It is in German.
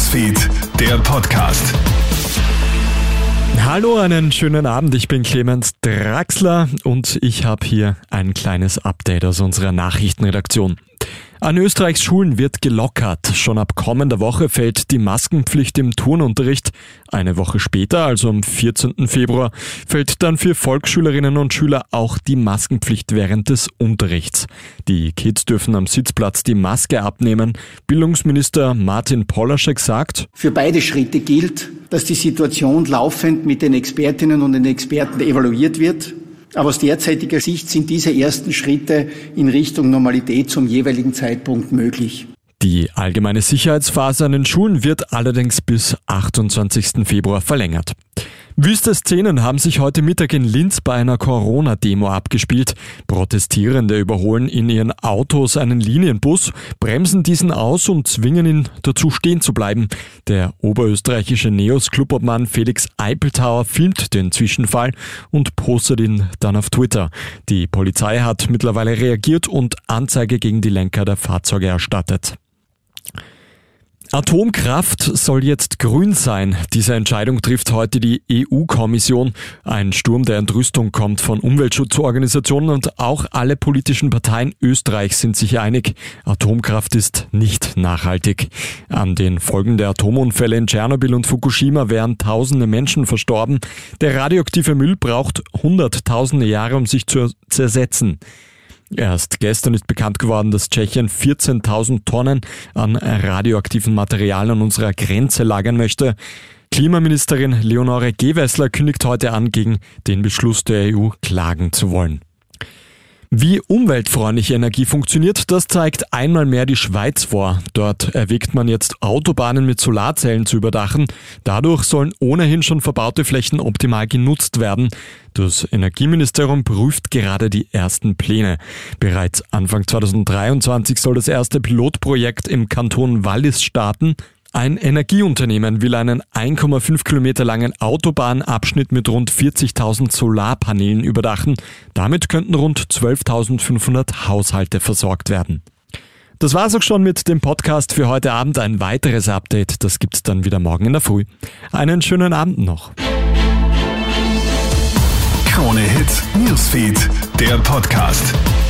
Newsfeed, der Podcast. Hallo, einen schönen Abend. Ich bin Clemens Draxler und ich habe hier ein kleines Update aus unserer Nachrichtenredaktion. An Österreichs Schulen wird gelockert. Schon ab kommender Woche fällt die Maskenpflicht im Turnunterricht. Eine Woche später, also am 14. Februar, fällt dann für Volksschülerinnen und Schüler auch die Maskenpflicht während des Unterrichts. Die Kids dürfen am Sitzplatz die Maske abnehmen. Bildungsminister Martin Polaschek sagt: Für beide Schritte gilt, dass die Situation laufend mit den Expertinnen und den Experten evaluiert wird. Aber aus derzeitiger Sicht sind diese ersten Schritte in Richtung Normalität zum jeweiligen Zeitpunkt möglich. Die allgemeine Sicherheitsphase an den Schulen wird allerdings bis 28. Februar verlängert. Wüste Szenen haben sich heute Mittag in Linz bei einer Corona-Demo abgespielt. Protestierende überholen in ihren Autos einen Linienbus, bremsen diesen aus und zwingen ihn dazu stehen zu bleiben. Der oberösterreichische NEOS-Clubobmann Felix Eipeltauer filmt den Zwischenfall und postet ihn dann auf Twitter. Die Polizei hat mittlerweile reagiert und Anzeige gegen die Lenker der Fahrzeuge erstattet. Atomkraft soll jetzt grün sein. Diese Entscheidung trifft heute die EU-Kommission. Ein Sturm der Entrüstung kommt von Umweltschutzorganisationen und auch alle politischen Parteien Österreichs sind sich einig. Atomkraft ist nicht nachhaltig. An den Folgen der Atomunfälle in Tschernobyl und Fukushima wären tausende Menschen verstorben. Der radioaktive Müll braucht hunderttausende Jahre, um sich zu zersetzen. Erst gestern ist bekannt geworden, dass Tschechien 14.000 Tonnen an radioaktivem Material an unserer Grenze lagern möchte. Klimaministerin Leonore Gewessler kündigt heute an, gegen den Beschluss der EU klagen zu wollen. Wie umweltfreundliche Energie funktioniert, das zeigt einmal mehr die Schweiz vor. Dort erwägt man jetzt, Autobahnen mit Solarzellen zu überdachen. Dadurch sollen ohnehin schon verbaute Flächen optimal genutzt werden. Das Energieministerium prüft gerade die ersten Pläne. Bereits Anfang 2023 soll das erste Pilotprojekt im Kanton Wallis starten. Ein Energieunternehmen will einen 1,5 Kilometer langen Autobahnabschnitt mit rund 40.000 Solarpanelen überdachen. Damit könnten rund 12.500 Haushalte versorgt werden. Das war's auch schon mit dem Podcast für heute Abend. Ein weiteres Update, das gibt's dann wieder morgen in der Früh. Einen schönen Abend noch. Krone Hit Newsfeed, der Podcast.